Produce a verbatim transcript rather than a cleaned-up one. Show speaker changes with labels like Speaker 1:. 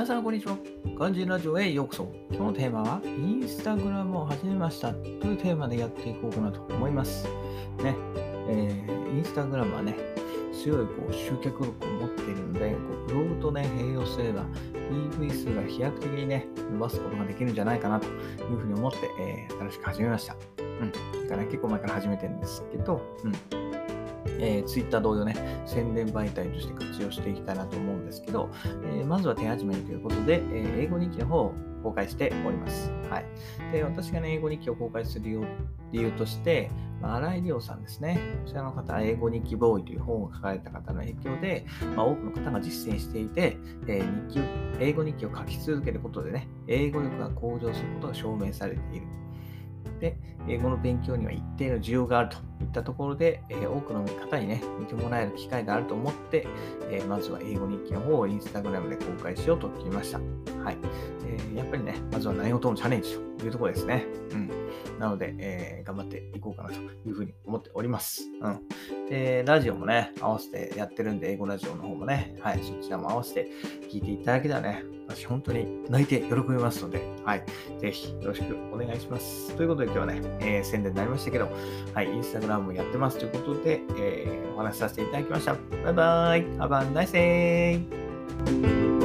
Speaker 1: さん、こんにちは。漢字ラジオへようこそ。今日のテーマは、インスタグラムを始めましたというテーマでやっていこうかなと思います。ね、えー、インスタグラムはね、強いこう集客力を持っているので、こうブログとね、併用すれば、ピーブイ 数が飛躍的にね、伸ばすことができるんじゃないかなというふうに思って、えー、新しく始めました。うん。だから、ね、結構前から始めてるんですけど、うん。えー、Twitter 同様ね、宣伝媒体として活用していきたいなと思うんですけど、えー、まずは手始めにということで、えー、英語日記の方を公開しております。はい。で、私がね、英語日記を公開する理由として、まあ、新井理央さんですね。こちらの方、英語日記ボーイという本を書かれた方の影響で、まあ、多くの方が実践していて、えー、日記を英語日記を書き続けることでね、英語力が向上することが証明されている。で、英語の勉強には一定の需要があるといったところで、えー、多くの方にね、見てもらえる機会があると思って、えー、まずは英語日記の方をインスタグラムで公開しようと決めました。はい。えー、やっぱりね、まずは内容とのチャレンジというところですね。うん。なので、えー、頑張っていこうかなというふうに思っております。うん。で、ラジオもね、合わせてやってるんで、英語ラジオの方もね、はい、そちらも合わせて聞いていただけたらね、私本当に泣いて喜びますので、はい、ぜひよろしくお願いします。ということで今日はね、えー、宣伝になりましたけど、はい、インスタグラムもやってますということで、えー、お話しさせていただきました。バイバイ。Have a nice day!